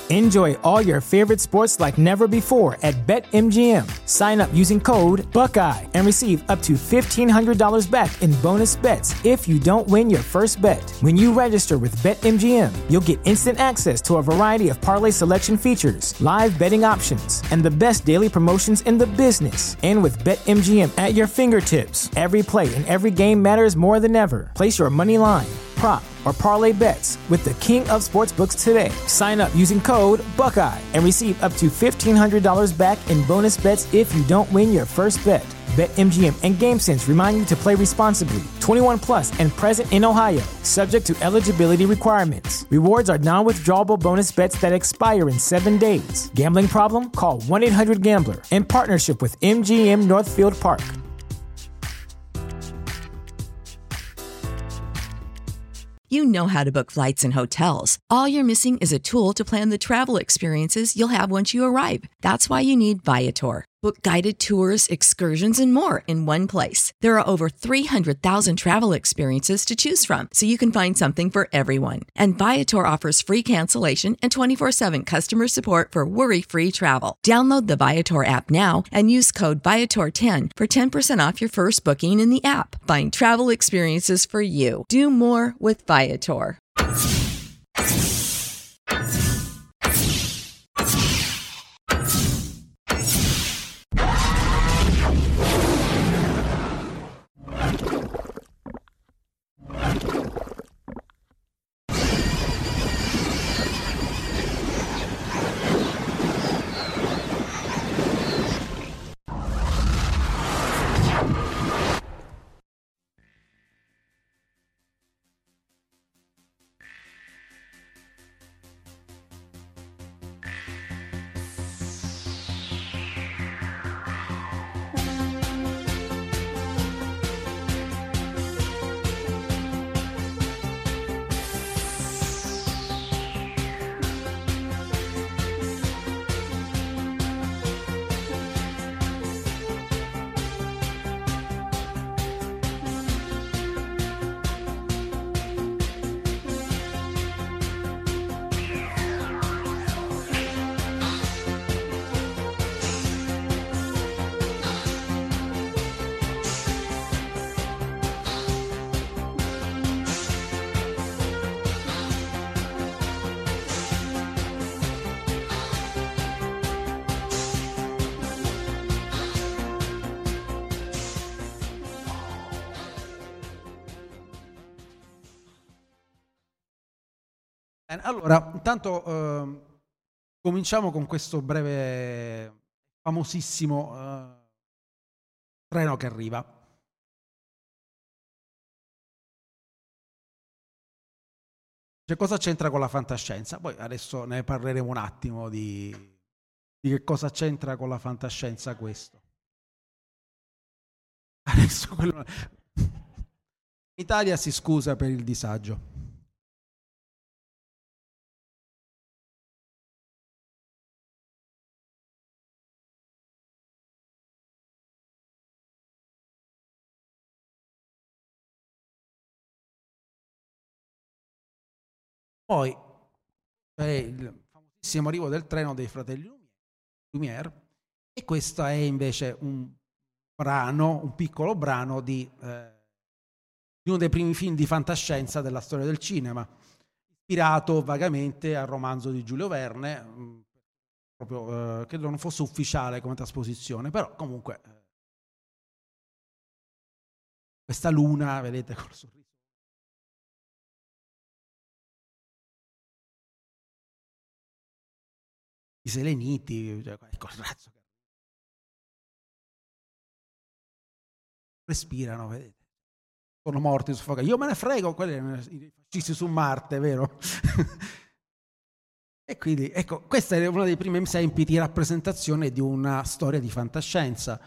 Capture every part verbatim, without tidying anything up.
Enjoy all your favorite sports like never before at BetMGM. Sign up using code Buckeye and receive up to fifteen hundred dollars back in bonus bets if you don't win your first bet. When you register with BetMGM, you'll get instant access to a variety of parlay selection features, live betting options, and the best daily promotions in the business. And with BetMGM at your fingertips, every play and every game matters more than ever. Place your money line, prop, or parlay bets with the king of sportsbooks today. Sign up using code Buckeye and receive up to fifteen hundred dollars back in bonus bets if you don't win your first bet. BetMGM and GameSense remind you to play responsibly. twenty-one plus and present in Ohio, subject to eligibility requirements. Rewards are non-withdrawable bonus bets that expire in seven days. Gambling problem? Call one eight hundred gambler in partnership with M G M Northfield Park. You know how to book flights and hotels. All you're missing is a tool to plan the travel experiences you'll have once you arrive. That's why you need Viator. Book guided tours, excursions, and more in one place. There are over three hundred thousand travel experiences to choose from, so you can find something for everyone. And Viator offers free cancellation and twenty-four seven customer support for worry-free travel. Download the Viator app now and use code Viator ten for ten percent off your first booking in the app. Find travel experiences for you. Do more with Viator. Allora, intanto eh, cominciamo con questo breve, famosissimo eh, treno che arriva. Cioè, cosa c'entra con la fantascienza? Poi adesso ne parleremo un attimo di, di che cosa c'entra con la fantascienza questo. Adesso quello... Italia si scusa per il disagio. Poi è il famosissimo arrivo del treno dei fratelli Lumière, e questo è invece un brano, un piccolo brano di, eh, di uno dei primi film di fantascienza della storia del cinema, ispirato vagamente al romanzo di Giulio Verne, mh, proprio eh, credo non fosse ufficiale come trasposizione, però comunque eh, questa luna, vedete, col sorriso. I seleniti, cioè, col razzo che respirano, vedete, sono morti soffocati. Io me ne frego, quelli i fascisti su Marte, vero? E quindi, ecco, questo è uno dei primi esempi di rappresentazione di una storia di fantascienza.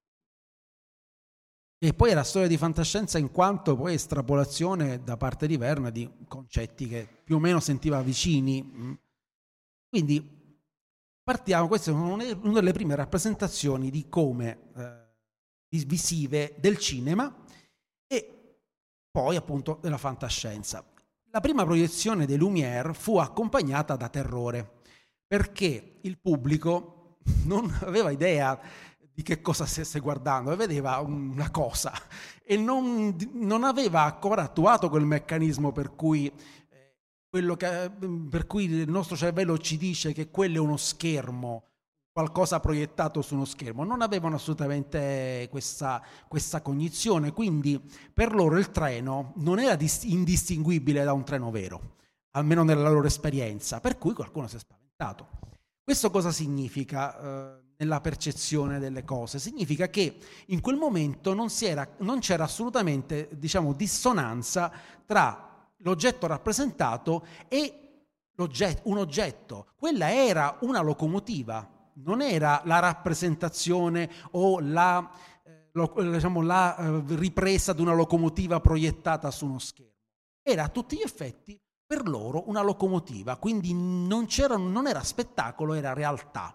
E poi è la storia di fantascienza in quanto poi estrapolazione da parte di Verne di concetti che più o meno sentiva vicini. Quindi partiamo, queste sono una delle prime rappresentazioni di come eh, visive del cinema e poi appunto della fantascienza. La prima proiezione dei Lumière fu accompagnata da terrore. perché il pubblico non aveva idea di che cosa stesse guardando, e vedeva una cosa e non, non aveva ancora attuato quel meccanismo per cui, quello che, per cui il nostro cervello ci dice che quello è uno schermo, qualcosa proiettato su uno schermo. Non avevano assolutamente questa, questa cognizione, quindi per loro il treno non era dis- indistinguibile da un treno vero, almeno nella loro esperienza, per cui qualcuno si è spaventato. Questo cosa significa eh, nella percezione delle cose? Significa che in quel momento non, si era, non c'era assolutamente, diciamo, dissonanza tra l'oggetto rappresentato e l'oggetto, un oggetto. Quella era una locomotiva, non era la rappresentazione o la, eh, lo, diciamo, la eh, ripresa di una locomotiva proiettata su uno schermo. Era a tutti gli effetti per loro una locomotiva, quindi non, c'era, non era spettacolo, era realtà.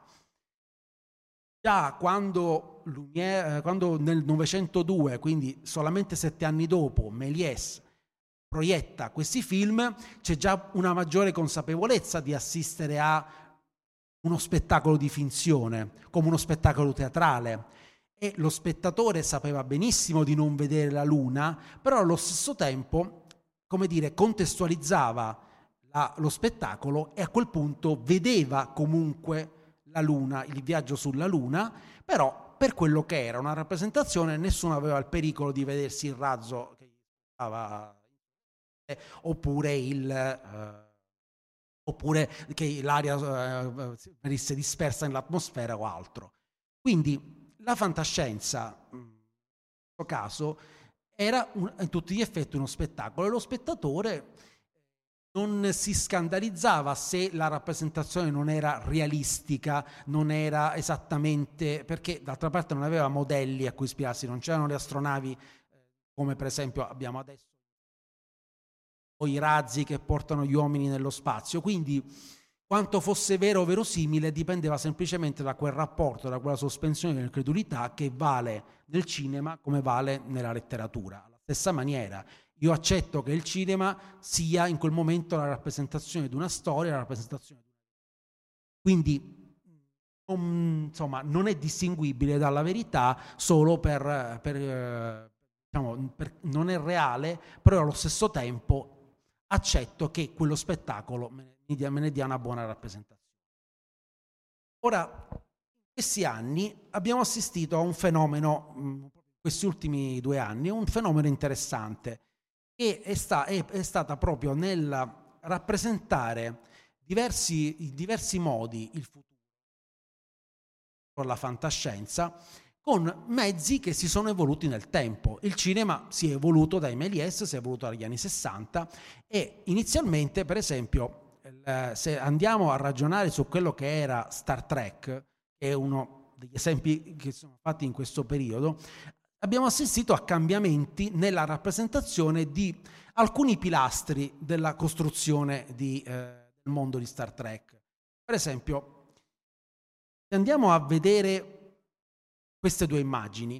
Già quando, Lumière, quando nel novecentodue, quindi solamente sette anni dopo, Méliès proietta questi film, c'è già una maggiore consapevolezza di assistere a uno spettacolo di finzione, come uno spettacolo teatrale, e lo spettatore sapeva benissimo di non vedere la luna, però allo stesso tempo, come dire, contestualizzava la, lo spettacolo, e a quel punto vedeva comunque la luna, il viaggio sulla luna, però per quello che era una rappresentazione, nessuno aveva il pericolo di vedersi il razzo che stava, eh, oppure il eh, oppure che l'aria eh, venisse dispersa nell'atmosfera o altro. Quindi la fantascienza, in questo caso, era un, in tutti gli effetti uno spettacolo, e lo spettatore non si scandalizzava se la rappresentazione non era realistica, non era esattamente, perché d'altra parte non aveva modelli a cui ispirarsi, non c'erano le astronavi come per esempio abbiamo adesso, o i razzi che portano gli uomini nello spazio. Quindi quanto fosse vero o verosimile dipendeva semplicemente da quel rapporto, da quella sospensione dell'incredulità che vale nel cinema come vale nella letteratura. Alla stessa maniera, io accetto che il cinema sia in quel momento la rappresentazione di una storia, la rappresentazione di una... Quindi non, insomma, non è distinguibile dalla verità solo per, per, diciamo, per non è reale, però allo stesso tempo accetto che quello spettacolo me ne, dia, me ne dia una buona rappresentazione. Ora, in questi anni abbiamo assistito a un fenomeno, in questi ultimi due anni, un fenomeno interessante, che è, sta, è, è stata proprio nel rappresentare diversi, in diversi modi il futuro con la fantascienza, con mezzi che si sono evoluti nel tempo. Il cinema si è evoluto dai Méliès, si è evoluto dagli anni sessanta, e inizialmente, per esempio, se andiamo a ragionare su quello che era Star Trek, che è uno degli esempi che sono fatti in questo periodo, abbiamo assistito a cambiamenti nella rappresentazione di alcuni pilastri della costruzione di, eh, del mondo di Star Trek. Per esempio, se andiamo a vedere queste due immagini,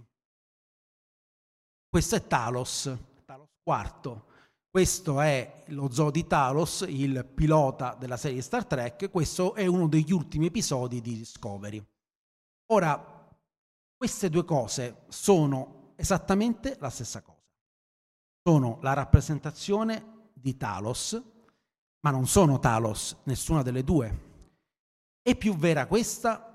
questo è Talos, Talos quarto, questo è lo zoo di Talos, il pilota della serie Star Trek, questo è uno degli ultimi episodi di Discovery. Ora, queste due cose sono esattamente la stessa cosa. Sono la rappresentazione di Talos, ma non sono Talos, nessuna delle due. È più vera questa?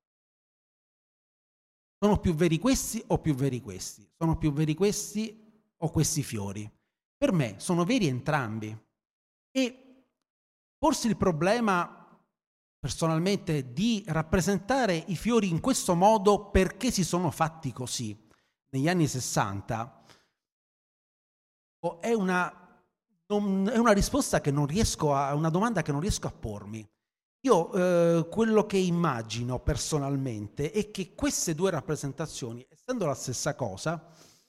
Sono più veri questi o più veri questi? Sono più veri questi o questi fiori? Per me sono veri entrambi. E forse il problema, personalmente, di rappresentare i fiori in questo modo perché si sono fatti così negli anni sessanta è una, non, è una risposta che non riesco a, una domanda che non riesco a pormi. Io eh, quello che immagino personalmente è che queste due rappresentazioni, essendo la stessa cosa,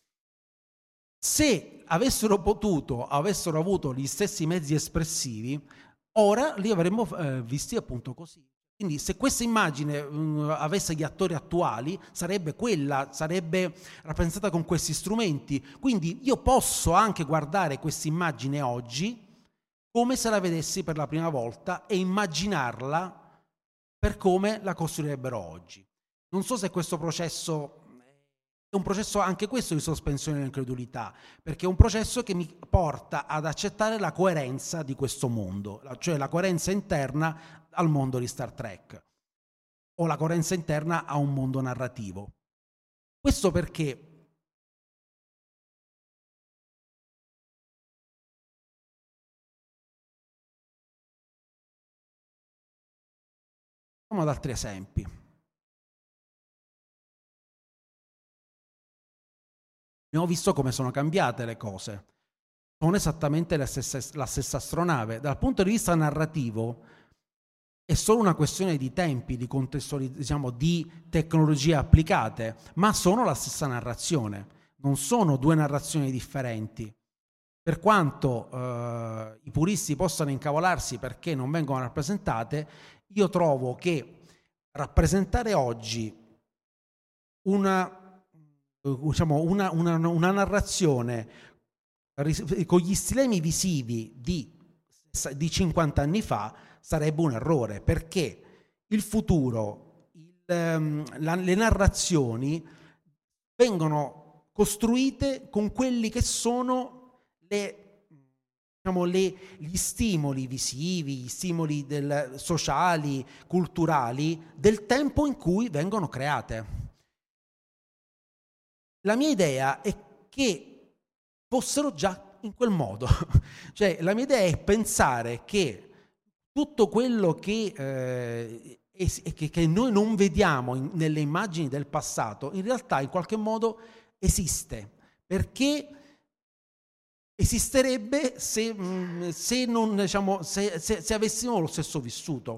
se avessero potuto, avessero avuto gli stessi mezzi espressivi, ora li avremmo eh, visti appunto così. Quindi se questa immagine mh, avesse gli attori attuali, sarebbe quella, sarebbe rappresentata con questi strumenti. Quindi io posso anche guardare questa immagine oggi come se la vedessi per la prima volta e immaginarla per come la costruirebbero oggi. Non so se questo processo è un processo anche questo di sospensione dell'incredulità, perché è un processo che mi porta ad accettare la coerenza di questo mondo, cioè la coerenza interna al mondo di Star Trek o la coerenza interna a un mondo narrativo. Questo perché ad altri esempi. Abbiamo visto come sono cambiate le cose. Sono esattamente la stessa, la stessa astronave. Dal punto di vista narrativo è solo una questione di tempi, di contestualizzazione, diciamo, di tecnologie applicate, ma sono la stessa narrazione. Non sono due narrazioni differenti. Per quanto eh, i puristi possano incavolarsi perché non vengono rappresentate, io trovo che rappresentare oggi una diciamo una, una, una narrazione con gli stilemi visivi di, di cinquanta anni fa sarebbe un errore, perché il futuro, il, la, le narrazioni vengono costruite con quelli che sono le, diciamo, le, gli stimoli visivi, gli stimoli del, sociali, culturali del tempo in cui vengono create. La mia idea è che fossero già in quel modo, cioè la mia idea è pensare che tutto quello che, eh, è, che, che noi non vediamo in, nelle immagini del passato in realtà in qualche modo esiste, perché esisterebbe se, se, non, diciamo, se, se, se avessimo lo stesso vissuto.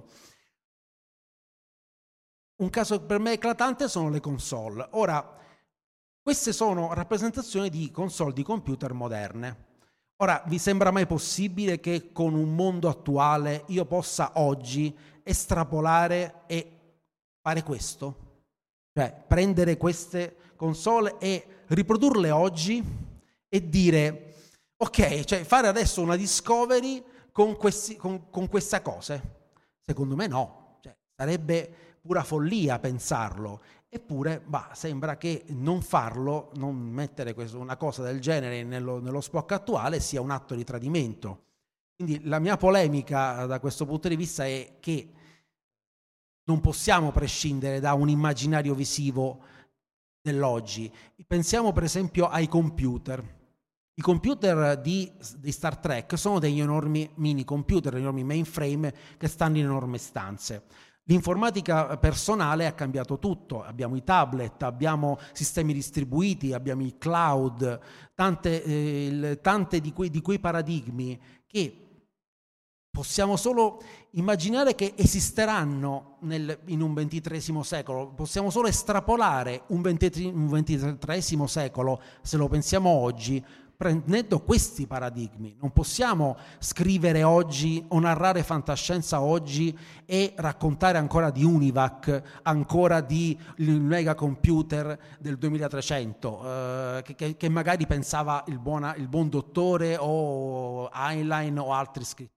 Un caso per me eclatante sono le console. Ora, queste sono rappresentazioni di console di computer moderne. Ora, vi sembra mai possibile che con un mondo attuale io possa oggi estrapolare e fare questo? Cioè, prendere queste console e riprodurle oggi e dire, ok, cioè fare adesso una discovery con, questi, con, con queste cose? Secondo me no, cioè, sarebbe pura follia pensarlo. Eppure, bah, sembra che non farlo, non mettere questo, una cosa del genere nello, nello Spock attuale sia un atto di tradimento. Quindi la mia polemica da questo punto di vista è che non possiamo prescindere da un immaginario visivo dell'oggi. Pensiamo per esempio ai computer. I computer di, di Star Trek sono degli enormi mini computer, degli enormi mainframe che stanno in enormi stanze. L'informatica personale ha cambiato tutto, abbiamo i tablet, abbiamo sistemi distribuiti, abbiamo il cloud, tante, eh, il, tante di, quei, di quei paradigmi che possiamo solo immaginare che esisteranno nel, in un ventitreesimo secolo, possiamo solo estrapolare un, un ventitreesimo secolo, se lo pensiamo oggi, prendendo questi paradigmi. Non possiamo scrivere oggi o narrare fantascienza oggi e raccontare ancora di Univac, ancora di il mega computer del duemilatrecento, eh, che, che magari pensava il, buona, il buon dottore o Heinlein o altri scrittori.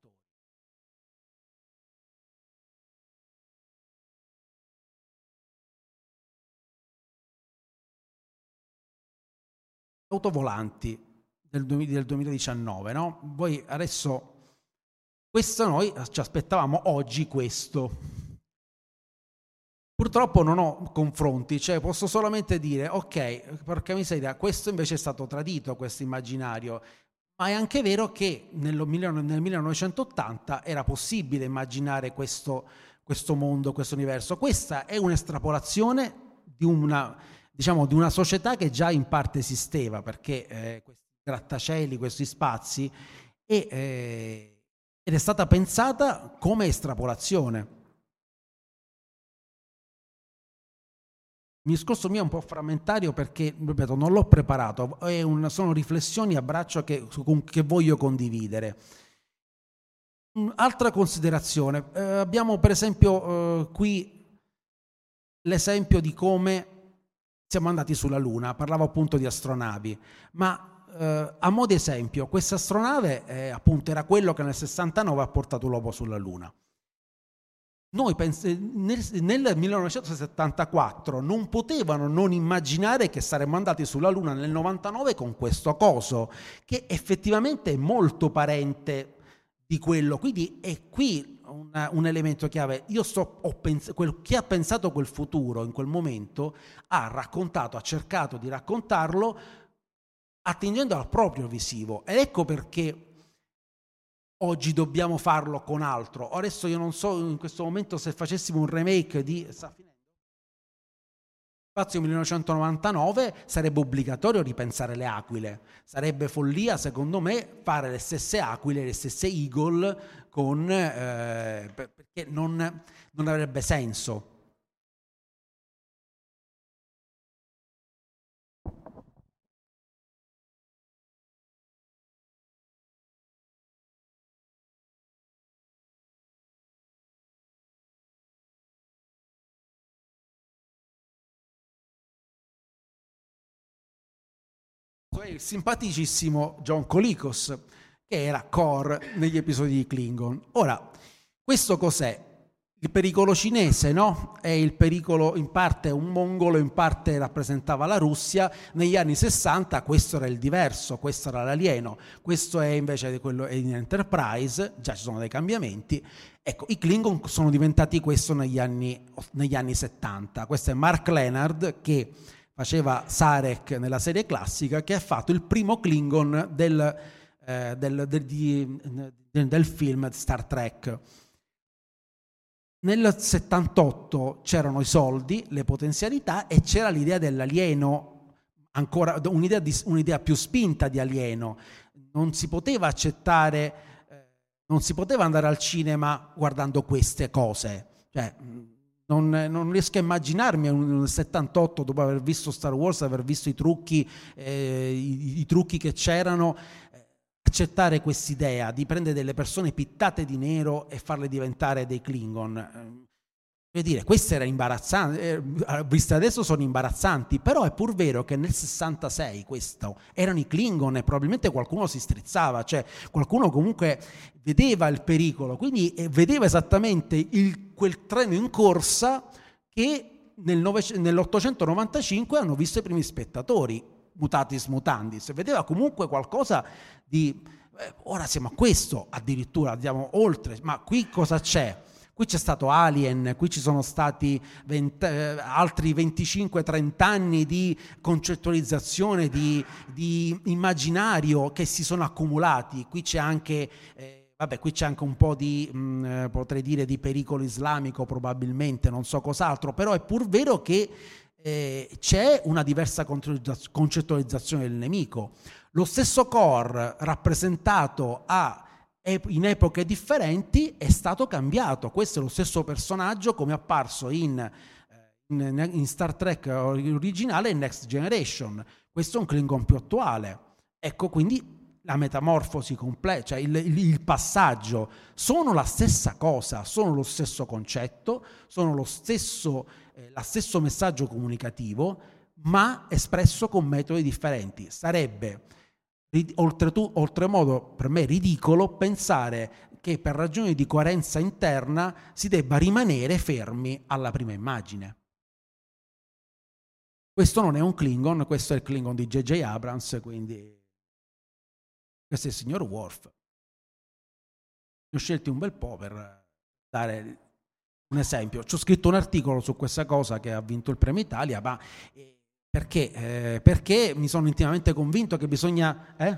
Autovolanti del duemiladiciannove, no? Voi adesso, questo noi ci aspettavamo oggi questo. Purtroppo non ho confronti, cioè posso solamente dire, ok, porca miseria, questo invece è stato tradito, questo immaginario, ma è anche vero che nel, nel millenovecentottanta era possibile immaginare questo, questo mondo, questo universo. Questa è un'estrapolazione di una, diciamo, di una società che già in parte esisteva, perché eh, grattacieli, questi spazi, e, eh, ed è stata pensata come estrapolazione. Il discorso mio è un po' frammentario perché, ripeto, non l'ho preparato, è un, sono riflessioni a braccio che, che voglio condividere. Altra considerazione, eh, abbiamo per esempio eh, qui l'esempio di come siamo andati sulla Luna, parlavo appunto di astronavi, ma Uh, a mo' di esempio, questa astronave eh, appunto era quello che nel sessantanove ha portato l'uomo sulla Luna. noi pens- nel, nel millenovecentosettantaquattro non potevano non immaginare che saremmo andati sulla Luna nel novantanove con questo coso, che effettivamente è molto parente di quello. Quindi è qui un, un elemento chiave. Io sto, ho pens- quel, chi ha pensato quel futuro in quel momento ha raccontato, ha cercato di raccontarlo attingendo al proprio visivo. Ed ecco perché oggi dobbiamo farlo con altro. Adesso io non so in questo momento se facessimo un remake di sta finendo? Spazio millenovecentonovantanove, sarebbe obbligatorio ripensare le aquile. Sarebbe follia, secondo me, fare le stesse aquile, le stesse Eagle con eh, perché non, non avrebbe senso. Il simpaticissimo John Colicos, che era Kor negli episodi di Klingon. Ora, questo cos'è? Il pericolo cinese, no? È il pericolo, in parte un mongolo, in parte rappresentava la Russia. Negli anni sessanta questo era il diverso, questo era l'alieno. Questo è invece di quello in Enterprise, già ci sono dei cambiamenti. Ecco, i Klingon sono diventati questo negli anni, negli anni settanta. Questo è Mark Lenard, che faceva Sarek nella serie classica, che ha fatto il primo Klingon del, eh, del, del, di, del film Star Trek. Nel settantotto c'erano i soldi, le potenzialità e c'era l'idea dell'alieno, ancora un'idea, di, un'idea più spinta di alieno. Non si poteva accettare, eh, non si poteva andare al cinema guardando queste cose. Cioè, Non, non riesco a immaginarmi nel settantotto, dopo aver visto Star Wars, aver visto i trucchi, eh, i, i trucchi che c'erano, eh, accettare quest'idea di prendere delle persone pittate di nero e farle diventare dei Klingon. Eh, Voglio dire, queste erano imbarazzanti, eh, viste adesso sono imbarazzanti, però è pur vero che nel sessantasei questo erano i Klingon e probabilmente qualcuno si strizzava, cioè qualcuno comunque vedeva il pericolo, quindi eh, vedeva esattamente il, quel treno in corsa che nel nove, nell'ottocentonovantacinque hanno visto i primi spettatori, mutatis mutandis, vedeva comunque qualcosa di... Eh, ora siamo a questo, addirittura andiamo oltre, ma qui cosa c'è? Qui c'è stato Alien, qui ci sono stati venti, eh, altri venticinque trenta anni di concettualizzazione, di, di immaginario che si sono accumulati. Qui c'è anche, eh, vabbè, qui c'è anche un po' di, mh, potrei dire, di pericolo islamico probabilmente, non so cos'altro, però è pur vero che eh, c'è una diversa concettualizzazione del nemico. Lo stesso Kor rappresentato a in epoche differenti è stato cambiato. Questo è lo stesso personaggio come è apparso in, in, in Star Trek originale e Next Generation. Questo è un Klingon più attuale. Ecco, quindi la metamorfosi completa, cioè il, il, il passaggio, sono la stessa cosa, sono lo stesso concetto, sono lo stesso, eh, lo stesso messaggio comunicativo, ma espresso con metodi differenti. Sarebbe Oltretutto, oltremodo per me ridicolo pensare che per ragioni di coerenza interna si debba rimanere fermi alla prima immagine. Questo non è un Klingon, questo è il Klingon di J J Abrams, quindi questo è il signor Worf. Ne ho scelti un bel po' per dare un esempio. Ci ho scritto un articolo su questa cosa che ha vinto il Premio Italia, ma... Perché? Eh, perché mi sono intimamente convinto che bisogna... Eh?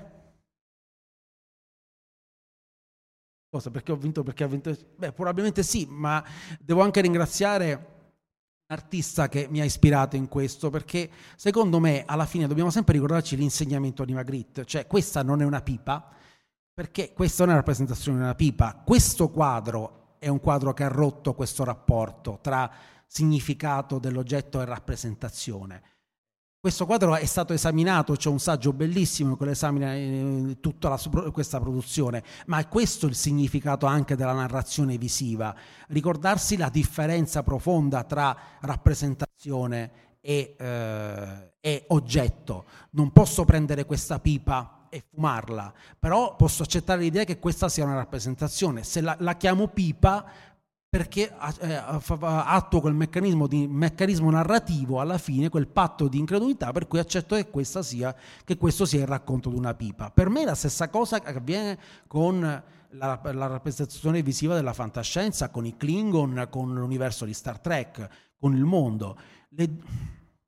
Cosa? Perché ho vinto? Perché ha vinto? Beh, probabilmente sì, ma devo anche ringraziare un artista che mi ha ispirato in questo, perché secondo me alla fine dobbiamo sempre ricordarci l'insegnamento di Magritte, cioè questa non è una pipa, perché questa non è una rappresentazione di una pipa, questo quadro è un quadro che ha rotto questo rapporto tra significato dell'oggetto e rappresentazione. Questo quadro è stato esaminato, c'è un saggio bellissimo che lo esamina eh, tutta la, questa produzione, ma è questo il significato anche della narrazione visiva, ricordarsi la differenza profonda tra rappresentazione e, eh, e oggetto. Non posso prendere questa pipa e fumarla, però posso accettare l'idea che questa sia una rappresentazione. Se la, la chiamo pipa, perché eh, attua quel meccanismo, di, meccanismo narrativo alla fine, quel patto di incredulità per cui accetto che, questa sia, che questo sia il racconto di una pipa. Per me è la stessa cosa che avviene con la, la rappresentazione visiva della fantascienza, con i Klingon, con l'universo di Star Trek, con il mondo. Le...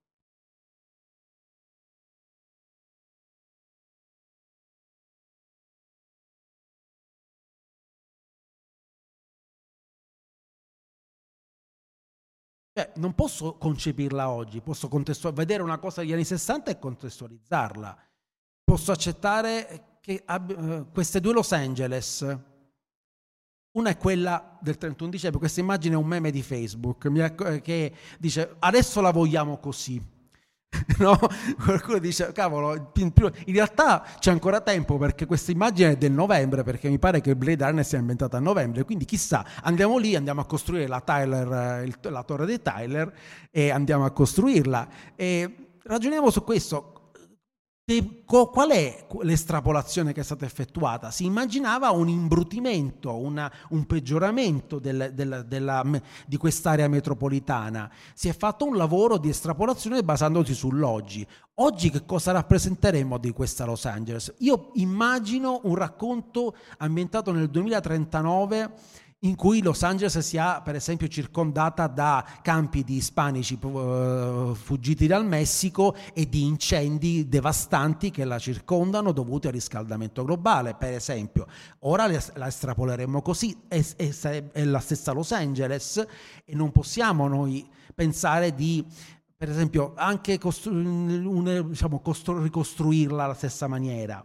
Cioè, non posso concepirla oggi, posso contestu- vedere una cosa degli anni sessanta e contestualizzarla. Posso accettare che ab- queste due Los Angeles, una è quella del trentuno dicembre, questa immagine è un meme di Facebook che dice adesso la vogliamo così. No? Qualcuno dice cavolo, in realtà c'è ancora tempo perché questa immagine è del novembre, perché mi pare che Blade Runner sia inventata a novembre, quindi chissà, andiamo lì, andiamo a costruire la Tyler, il, la torre di Tyler e andiamo a costruirla e ragioniamo su questo. Qual è l'estrapolazione che è stata effettuata? Si immaginava un imbrutimento, una, un peggioramento del, del, della, di quest'area metropolitana. Si è fatto un lavoro di estrapolazione basandosi sull'oggi. Oggi che cosa rappresenteremo di questa Los Angeles? Io immagino un racconto ambientato nel duemilatrentanove in cui Los Angeles sia, per esempio, circondata da campi di ispanici uh, fuggiti dal Messico e di incendi devastanti che la circondano dovuti al riscaldamento globale, per esempio. Ora la estrapoleremo così, è, è, è la stessa Los Angeles e non possiamo noi pensare di, per esempio, anche costru- una, diciamo, costru- ricostruirla alla stessa maniera.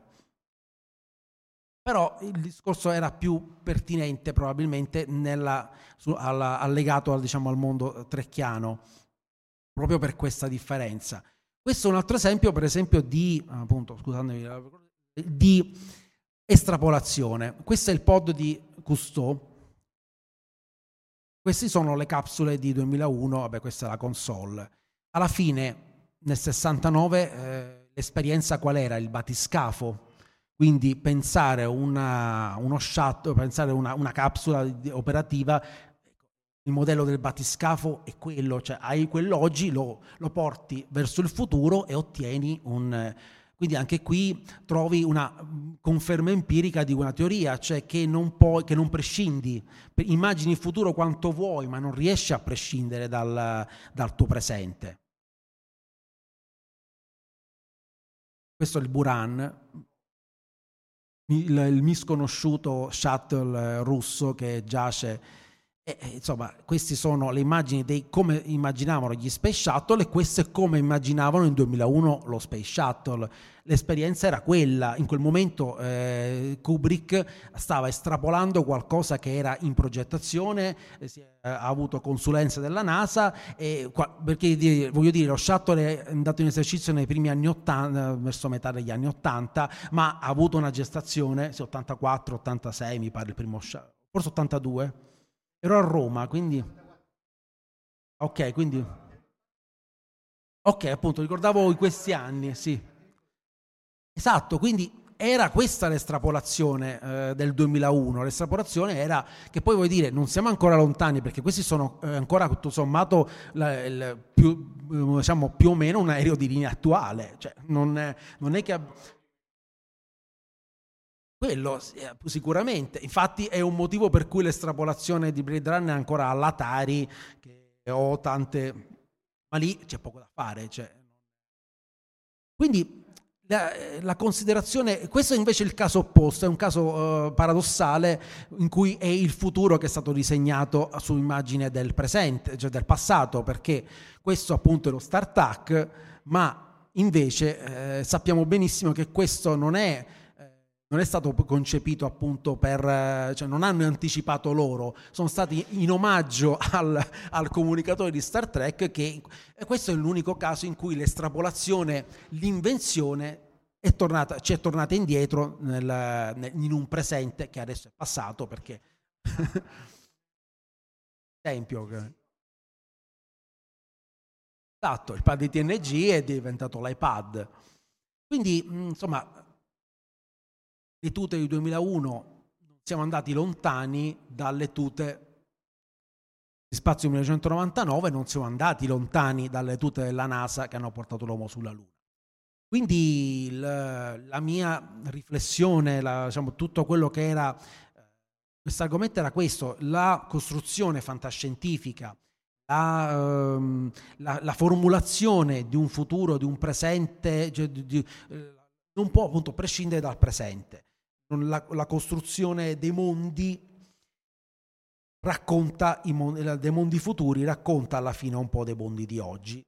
Però il discorso era più pertinente probabilmente nella, su, alla, allegato al, diciamo, al mondo trecchiano, proprio per questa differenza. Questo è un altro esempio, per esempio, di, appunto, scusatemi, di estrapolazione. Questo è il pod di Cousteau. Queste sono le capsule di duemilauno, vabbè, questa è la console. Alla fine, nel sessantanove, eh, l'esperienza qual era? Il batiscafo. Quindi pensare una, uno shuttle, pensare una, una capsula operativa, il modello del battiscafo è quello, cioè hai quell'oggi, lo, lo porti verso il futuro e ottieni un... Quindi anche qui trovi una conferma empirica di una teoria, cioè che non puoi, che non prescindi, immagini il futuro quanto vuoi, ma non riesci a prescindere dal, dal tuo presente. Questo è il Buran. Il, il misconosciuto shuttle russo che giace, e, e, insomma, queste sono le immagini di come immaginavano gli Space Shuttle e questo è come immaginavano in duemilauno lo Space Shuttle. L'esperienza era quella, in quel momento eh, Kubrick stava estrapolando qualcosa che era in progettazione, eh, si è, ha avuto consulenza della NASA, e, perché voglio dire, lo shuttle è andato in esercizio nei primi anni ottanta, verso metà degli anni ottanta, ma ha avuto una gestazione, sì, ottantaquattro ottantasei mi pare il primo shuttle, forse ottantadue, ero a Roma, quindi... Ok, quindi... Ok, appunto, ricordavo questi anni, sì. Esatto, quindi era questa l'estrapolazione eh, del duemilauno, l'estrapolazione era che poi vuoi dire non siamo ancora lontani perché questi sono eh, ancora tutto sommato la, il, più, diciamo, più o meno un aereo di linea attuale, cioè non è, non è che... Quello sicuramente, infatti è un motivo per cui l'estrapolazione di Blade Runner è ancora all'Atari, che ho tante... ma lì c'è poco da fare, cioè. Quindi La, la considerazione, questo è invece il caso opposto, è un caso uh, paradossale in cui è il futuro che è stato disegnato su immagine del presente, cioè del passato, perché questo appunto è lo StarTAC, ma invece eh, sappiamo benissimo che questo non è, eh, non è stato concepito appunto per, eh, cioè non hanno anticipato loro, sono stati in omaggio al, al comunicatore di Star Trek, che e questo è l'unico caso in cui l'estrapolazione, l'invenzione è tornata, ci è tornata indietro nel, nel, in un presente che adesso è passato, perché esempio esatto, il pad di T N G è diventato l'iPad. Quindi insomma le tute del duemilauno siamo andati lontani dalle tute spazio millenovecentonovantanove non siamo andati lontani dalle tute della NASA che hanno portato l'uomo sulla Luna. Quindi il, la mia riflessione, la, diciamo, tutto quello che era, questo argomento era questo: la costruzione fantascientifica, la, um, la, la formulazione di un futuro, di un presente, cioè, di, di, non può appunto prescindere dal presente. La, la costruzione dei mondi racconta i mondi, dei mondi futuri, racconta alla fine un po' dei mondi di oggi.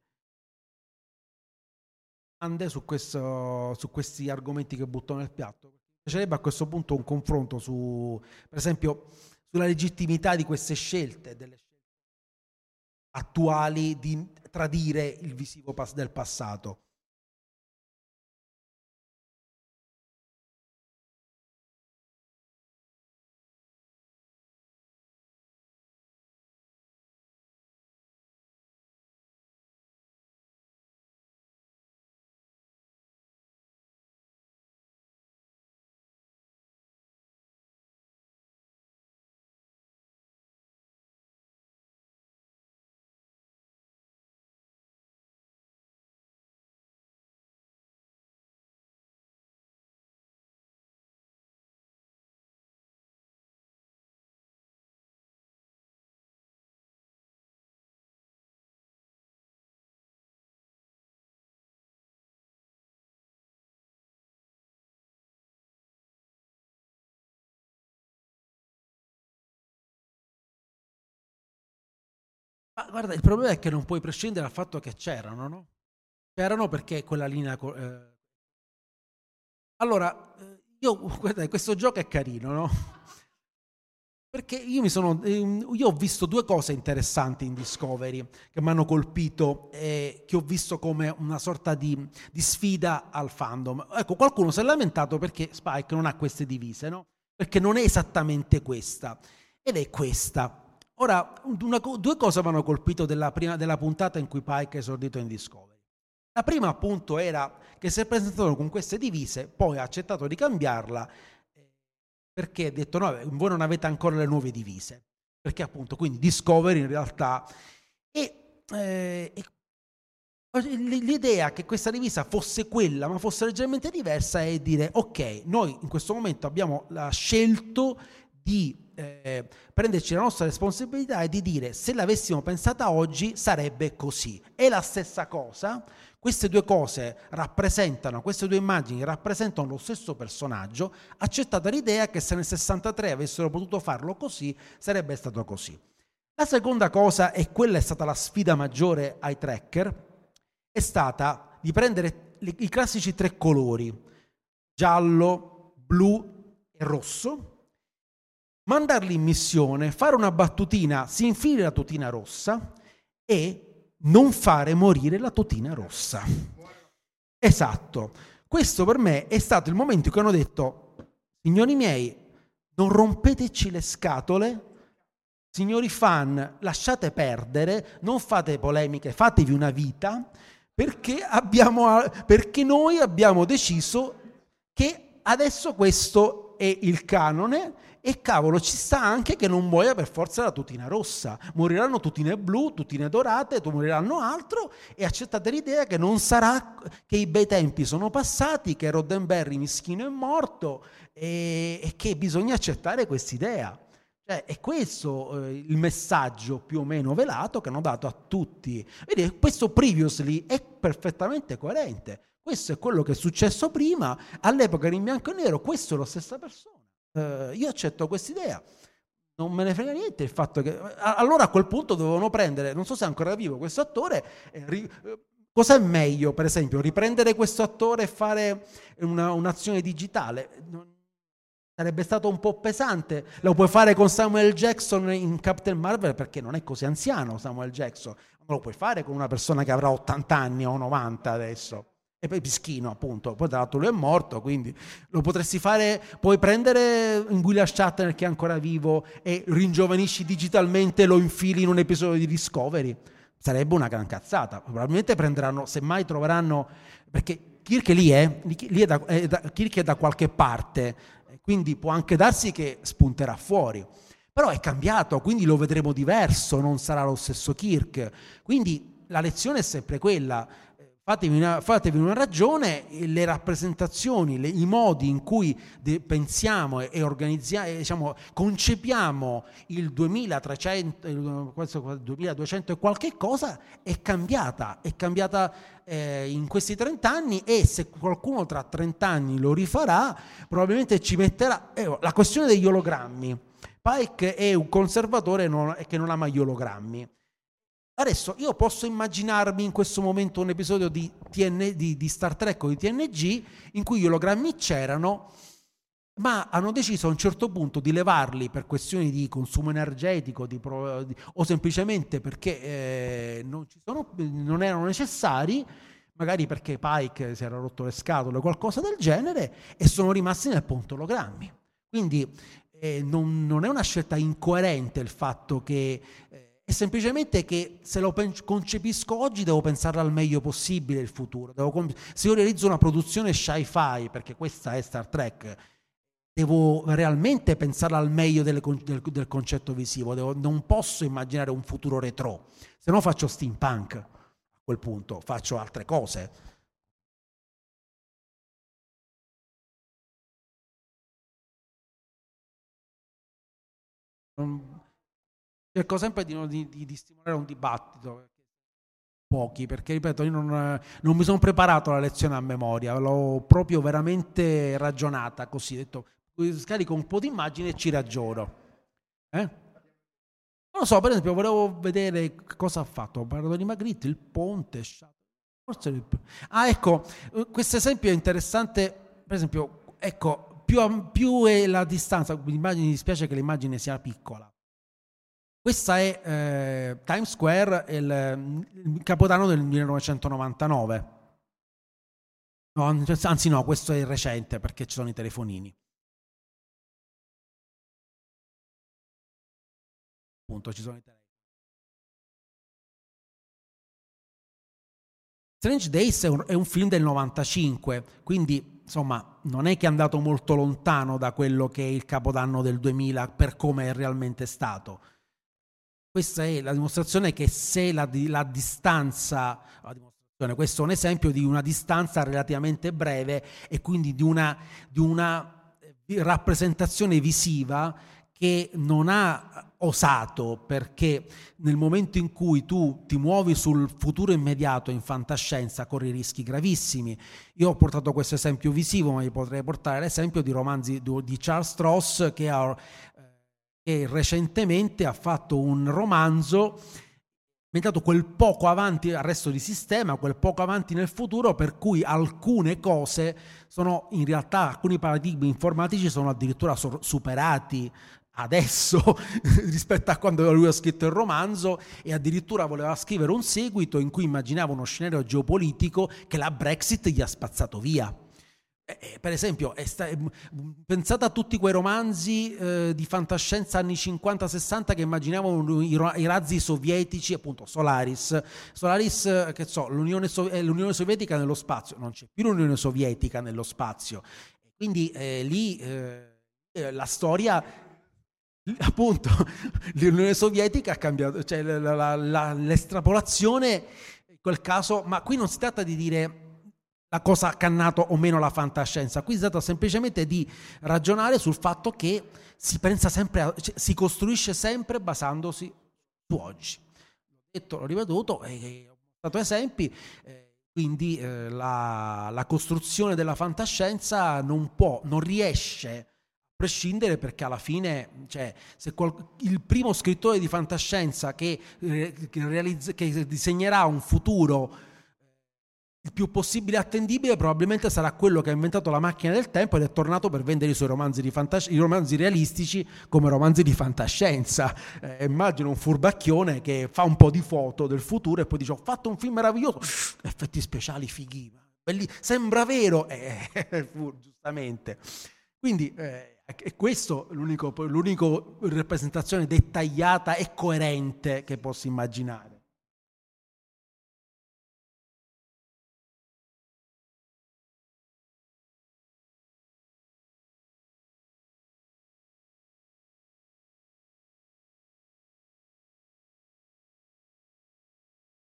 Su, questo, su questi argomenti che butto nel piatto. Mi piacerebbe a questo punto un confronto su, per esempio, sulla legittimità di queste scelte, delle scelte attuali di tradire il visivo del passato. Ma guarda, il problema è che non puoi prescindere dal fatto che c'erano, no? C'erano perché quella linea... Eh... Allora, io, guarda, questo gioco è carino, no? Perché io mi sono... Io ho visto due cose interessanti in Discovery che mi hanno colpito e che ho visto come una sorta di, di sfida al fandom. Ecco, qualcuno si è lamentato perché Spike non ha queste divise, no? Perché non è esattamente questa. Ed è questa. Ora, una, due cose mi hanno colpito della, prima, della puntata in cui Pike è esordito in Discovery. La prima appunto era che si è presentato con queste divise, poi ha accettato di cambiarla perché ha detto no, voi non avete ancora le nuove divise, perché appunto quindi Discovery in realtà e, eh, e l'idea che questa divisa fosse quella ma fosse leggermente diversa è dire ok, noi in questo momento abbiamo scelto di eh, prenderci la nostra responsabilità e di dire se l'avessimo pensata oggi sarebbe così. È la stessa cosa, queste due cose rappresentano, queste due immagini rappresentano lo stesso personaggio, accettata l'idea che se nel sessantatré avessero potuto farlo così sarebbe stato così. La seconda cosa, e quella è stata la sfida maggiore ai tracker, è stata di prendere i classici tre colori, giallo, blu e rosso, mandarli in missione, fare una battutina, si infili la tutina rossa e non fare morire la tutina rossa. Esatto. Questo per me è stato il momento in cui hanno detto signori miei, non rompeteci le scatole, signori fan, lasciate perdere, non fate polemiche, fatevi una vita, perché, abbiamo, perché noi abbiamo deciso che adesso questo è il canone. E cavolo, ci sta anche che non muoia per forza la tutina rossa. Moriranno tutine blu, tutine dorate, moriranno altro, e accettate l'idea che non sarà, che i bei tempi sono passati, che Roddenberry mischino è morto e, e che bisogna accettare quest'idea. Cioè, è questo eh, il messaggio più o meno velato che hanno dato a tutti. Vedi, questo previously è perfettamente coerente. Questo è quello che è successo prima, all'epoca era in bianco e nero, questo è la stessa persona. Uh, io accetto quest'idea, non me ne frega niente il fatto che allora a quel punto dovevano prendere, non so se è ancora vivo questo attore, eh, ri, eh, cosa è meglio per esempio, riprendere questo attore e fare una, un'azione digitale? Non, sarebbe stato un po' pesante. Lo puoi fare con Samuel Jackson in Captain Marvel perché non è così anziano Samuel Jackson, non lo puoi fare con una persona che avrà ottanta anni o novanta adesso. E poi Pischino appunto, poi tra l'altro lui è morto, quindi lo potresti fare, puoi prendere William Shatner che è ancora vivo e ringiovanisci digitalmente, lo infili in un episodio di Discovery, sarebbe una gran cazzata. Probabilmente prenderanno, semmai troveranno, perché Kirk lì è, lì è da, è da, Kirk è da qualche parte, quindi può anche darsi che spunterà fuori. Però è cambiato, quindi lo vedremo diverso, non sarà lo stesso Kirk. Quindi la lezione è sempre quella: fatevi una, fatevi una ragione, le rappresentazioni, le, i modi in cui de, pensiamo e, e organizziamo, e, diciamo, concepiamo il duemilatrecento, il duemiladuecento e qualche cosa è cambiata, è cambiata eh, in questi trenta anni, e se qualcuno tra trenta anni lo rifarà, probabilmente ci metterà eh, la questione degli ologrammi. Pike è un conservatore non, che non ama gli ologrammi. Adesso io posso immaginarmi in questo momento un episodio di, T N, di, di Star Trek o di T N G in cui gli ologrammi c'erano, ma hanno deciso a un certo punto di levarli per questioni di consumo energetico di, di, o semplicemente perché eh, non, ci sono, non erano necessari, magari perché Pike si era rotto le scatole o qualcosa del genere, e sono rimasti nel punto ologrammi. Quindi eh, non, non è una scelta incoerente il fatto che... Eh, è semplicemente che se lo concepisco oggi devo pensarlo al meglio possibile il futuro. Devo, se io realizzo una produzione sci-fi, perché questa è Star Trek, devo realmente pensarla al meglio delle, del, del concetto visivo. Devo, non posso immaginare un futuro retro, se no faccio steampunk. A quel punto faccio altre cose. Non, cerco sempre di, di, di, di stimolare un dibattito, pochi, perché ripeto, io non, non mi sono preparato la lezione a memoria, l'ho proprio veramente ragionata così, ho detto scarico un po' di immagini e ci ragiono. Eh? Non lo so, per esempio volevo vedere cosa ha fatto, ho parlato di Magritte, il ponte, forse il... Ah, ecco, questo esempio è interessante, per esempio, ecco, più, più è la distanza, mi dispiace che l'immagine sia piccola. Questa è eh, Times Square, il, il Capodanno del millenovecentonovantanove. No, anzi no, questo è il recente perché ci sono i telefonini. Appunto, ci sono i telefoni. Strange Days è un, è un film del novantacinque, quindi insomma non è che è andato molto lontano da quello che è il Capodanno del duemila per come è realmente stato. Questa è la dimostrazione che se la, la distanza, la dimostrazione, questo è un esempio di una distanza relativamente breve e quindi di una, di una rappresentazione visiva che non ha osato, perché nel momento in cui tu ti muovi sul futuro immediato in fantascienza corri rischi gravissimi. Io ho portato questo esempio visivo, ma vi potrei portare l'esempio di romanzi di Charles Stross che ha che recentemente ha fatto un romanzo ambientato quel poco avanti al resto di sistema, quel poco avanti nel futuro, per cui alcune cose sono in realtà, alcuni paradigmi informatici sono addirittura so- superati adesso rispetto a quando lui ha scritto il romanzo, e addirittura voleva scrivere un seguito in cui immaginava uno scenario geopolitico che la Brexit gli ha spazzato via. Eh, per esempio, sta, pensate a tutti quei romanzi eh, di fantascienza anni cinquanta sessanta che immaginavano i, i razzi sovietici, appunto Solaris. Solaris, che so, l'Unione, Sov- l'Unione Sovietica nello spazio, non c'è più l'Unione Sovietica nello spazio. Quindi eh, lì eh, la storia, appunto, l'Unione Sovietica ha cambiato, cioè la, la, la, l'estrapolazione in quel caso, ma qui non si tratta di dire la cosa ha cannato o meno la fantascienza, qui si tratta semplicemente di ragionare sul fatto che si pensa sempre, a, cioè, si costruisce sempre basandosi su oggi. L'ho detto, l'ho ripetuto, e ho portato esempi, eh, quindi eh, la, la costruzione della fantascienza non può, non riesce a prescindere, perché alla fine, cioè, se qual- il primo scrittore di fantascienza che, eh, che, realizz- che disegnerà un futuro il più possibile attendibile probabilmente sarà quello che ha inventato la macchina del tempo ed è tornato per vendere i suoi romanzi, di fantas- i romanzi realistici come romanzi di fantascienza. Eh, immagino un furbacchione che fa un po' di foto del futuro e poi dice: ho fatto un film meraviglioso, effetti speciali fighi, belli, sembra vero, eh, giustamente. Quindi eh, è questo l'unico, l'unico rappresentazione dettagliata e coerente che posso immaginare.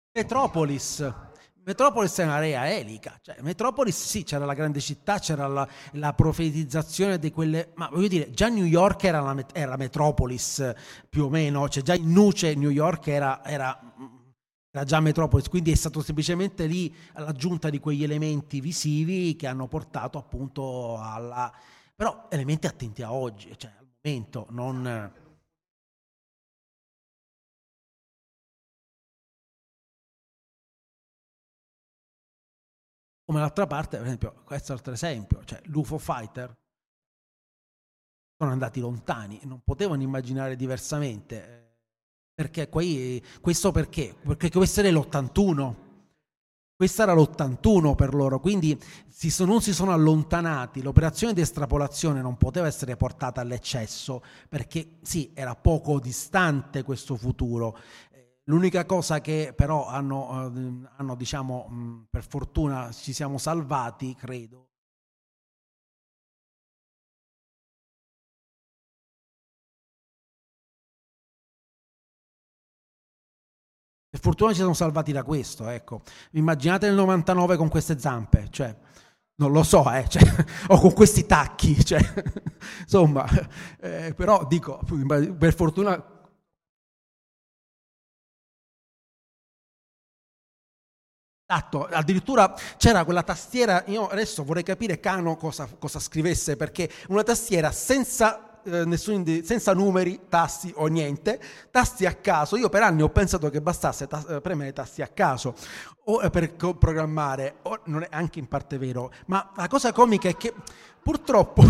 Metropolis. Metropolis è un'area elica, cioè Metropolis sì, c'era la grande città, c'era la, la profetizzazione di quelle, ma voglio dire, già New York era, la, era Metropolis più o meno, cioè già in nuce New York era, era, era già Metropolis, quindi è stato semplicemente lì l'aggiunta di quegli elementi visivi che hanno portato appunto alla, però elementi attenti a oggi, cioè al momento, non... Come l'altra parte, per esempio, questo è altro esempio, cioè l'U F O Fighter sono andati lontani, non potevano immaginare diversamente, eh, perché qui, questo perché? Perché questo era l'ottantuno, questo era l'ottantuno per loro, quindi si sono, non si sono allontanati, l'operazione di estrapolazione non poteva essere portata all'eccesso, perché sì, era poco distante questo futuro. L'unica cosa che però hanno, eh, hanno diciamo, mh, per fortuna ci siamo salvati, credo. Per fortuna ci siamo salvati da questo, ecco. Immaginate nel novantanove con queste zampe, cioè, non lo so, eh, cioè, o con questi tacchi, cioè, insomma, eh, però dico, per fortuna... Esatto, addirittura c'era quella tastiera, io adesso vorrei capire Cano cosa, cosa scrivesse, perché una tastiera senza, eh, nessun indi- senza numeri, tasti o niente, tasti a caso, io per anni ho pensato che bastasse ta- eh, premere tasti a caso o, eh, per co- programmare, o, non è anche in parte vero, ma la cosa comica è che purtroppo...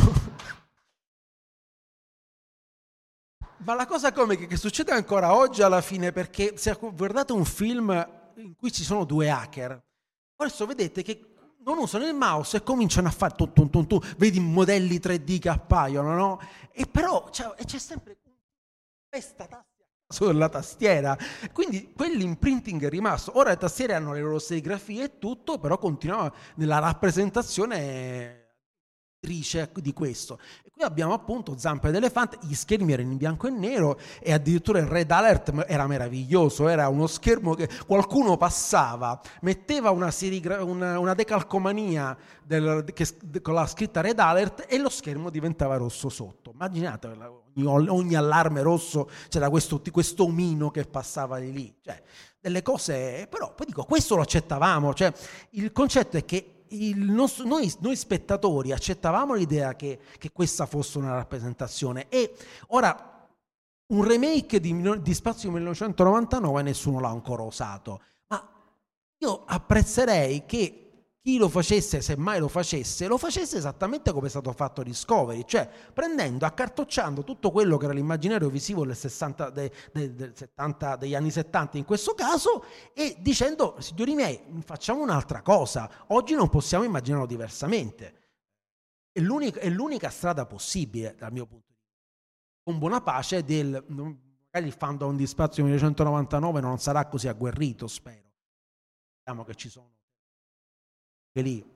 Ma la cosa comica è che succede ancora oggi alla fine, perché se guardate un film in cui ci sono due hacker, adesso vedete che non usano il mouse e cominciano a fare tu, tu, tu, tu, vedi modelli tre D che appaiono, no? E però c'è, e c'è sempre questa tasta sulla tastiera, quindi quell'imprinting è rimasto. Ora le tastiere hanno le loro serigrafie e tutto, però continuano nella rappresentazione di questo. E qui abbiamo appunto Zampe d'elefante, gli schermi erano in bianco e nero e addirittura il Red Alert era meraviglioso, era uno schermo che qualcuno passava, metteva una, serigra- una, una decalcomania del, che, con la scritta Red Alert e lo schermo diventava rosso sotto. Immaginate, ogni, ogni allarme rosso c'era questo, questo omino che passava di lì, cioè delle cose, però poi dico, questo lo accettavamo, cioè il concetto è che il nostro, noi, noi spettatori accettavamo l'idea che, che questa fosse una rappresentazione e ora un remake di, di Spazio millenovecentonovantanove nessuno l'ha ancora usato, ma io apprezzerei che chi lo facesse, se mai lo facesse, lo facesse esattamente come è stato fatto Discovery, cioè prendendo, accartocciando tutto quello che era l'immaginario visivo del sessanta, de, de, del settanta, degli anni settanta in questo caso e dicendo, signori miei, facciamo un'altra cosa, oggi non possiamo immaginarlo diversamente. È l'unica, è l'unica strada possibile dal mio punto di vista. Con buona pace del, magari il fandom di Spazio millenovecentonovantanove non sarà così agguerrito, spero. Diciamo che ci sono che lì.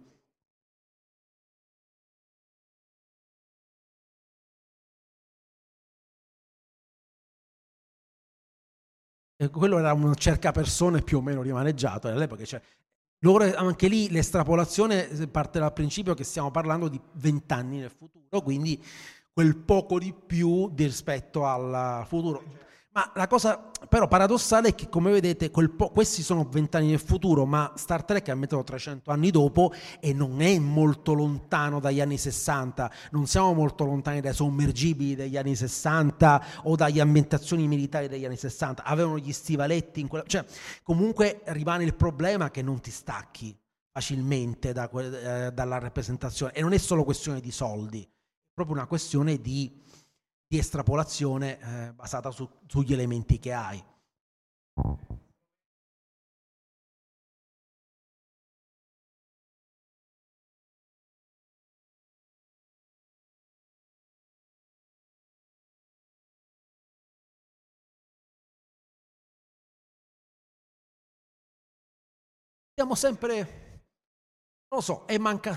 E quello era un cercapersone più o meno rimaneggiato all'epoca, cioè, loro, anche lì l'estrapolazione parte dal principio che stiamo parlando di vent'anni nel futuro, quindi quel poco di più rispetto al futuro. Ma la cosa però paradossale è che, come vedete, quel po- questi sono vent'anni nel futuro, ma Star Trek è a metà trecento anni dopo e non è molto lontano dagli anni sessanta, non siamo molto lontani dai sommergibili degli anni sessanta o dalle ambientazioni militari degli anni sessanta, avevano gli stivaletti in quella... cioè comunque rimane il problema che non ti stacchi facilmente da que- eh, dalla rappresentazione e non è solo questione di soldi, è proprio una questione di di estrapolazione eh, basata su, sugli elementi che hai. Siamo sempre, non lo so, e manca...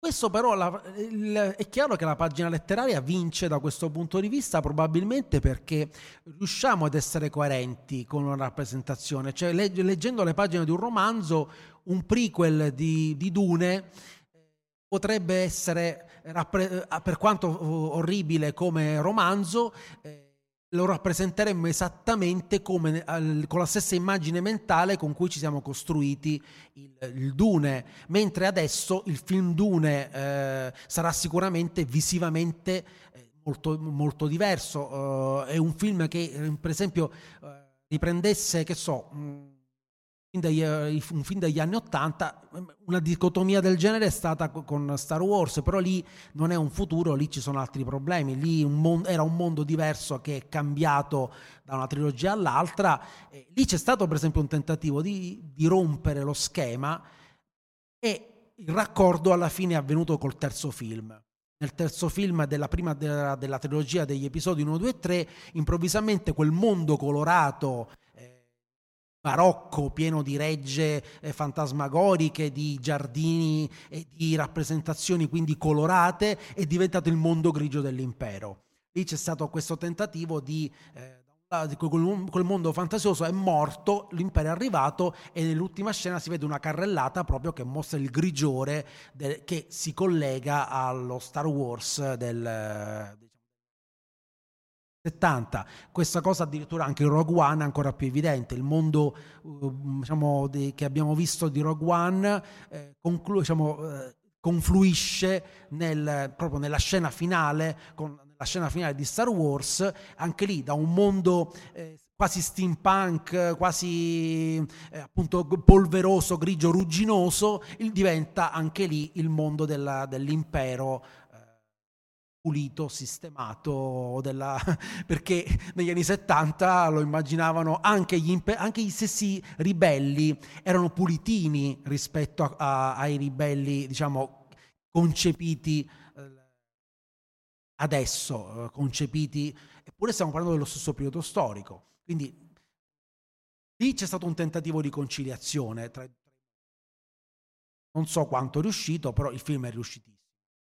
Questo però la, il, è chiaro che la pagina letteraria vince da questo punto di vista, probabilmente perché riusciamo ad essere coerenti con una rappresentazione. Cioè, legg- leggendo le pagine di un romanzo, un prequel di, di Dune potrebbe essere, rappre- per quanto orribile come romanzo, eh, lo rappresenteremmo esattamente come al, con la stessa immagine mentale con cui ci siamo costruiti il, il Dune, mentre adesso il film Dune eh, sarà sicuramente visivamente eh, molto, molto diverso. Uh, è un film che, per esempio, uh, riprendesse, che so, mh, Degli, un film degli anni ottanta, una dicotomia del genere è stata con Star Wars, però lì non è un futuro, lì ci sono altri problemi, lì un mon- era un mondo diverso che è cambiato da una trilogia all'altra. E lì c'è stato per esempio un tentativo di, di rompere lo schema, e il raccordo alla fine è avvenuto col terzo film. Nel terzo film della prima della, della trilogia degli episodi uno, due e tre, improvvisamente quel mondo colorato, barocco, pieno di regge eh, fantasmagoriche, di giardini e di rappresentazioni quindi colorate, è diventato il mondo grigio dell'impero. Lì c'è stato questo tentativo di, eh, di quel, quel mondo fantasioso è morto, l'impero è arrivato, e nell'ultima scena si vede una carrellata proprio che mostra il grigiore del, che si collega allo Star Wars del settanta. Questa cosa addirittura anche in Rogue One è ancora più evidente. Il mondo uh, diciamo, di, che abbiamo visto di Rogue One eh, conclu- diciamo, eh, confluisce nel, proprio nella scena finale, con la scena finale di Star Wars, anche lì da un mondo eh, quasi steampunk, quasi eh, appunto polveroso, grigio, rugginoso, il, diventa anche lì il mondo della, dell'impero pulito, sistemato, della... perché negli anni settanta lo immaginavano anche gli, impe... anche gli stessi ribelli erano pulitini rispetto a, a, ai ribelli, diciamo, concepiti eh, adesso, eh, concepiti, eppure stiamo parlando dello stesso periodo storico. Quindi lì c'è stato un tentativo di conciliazione tra... non so quanto è riuscito, però il film è riuscitissimo.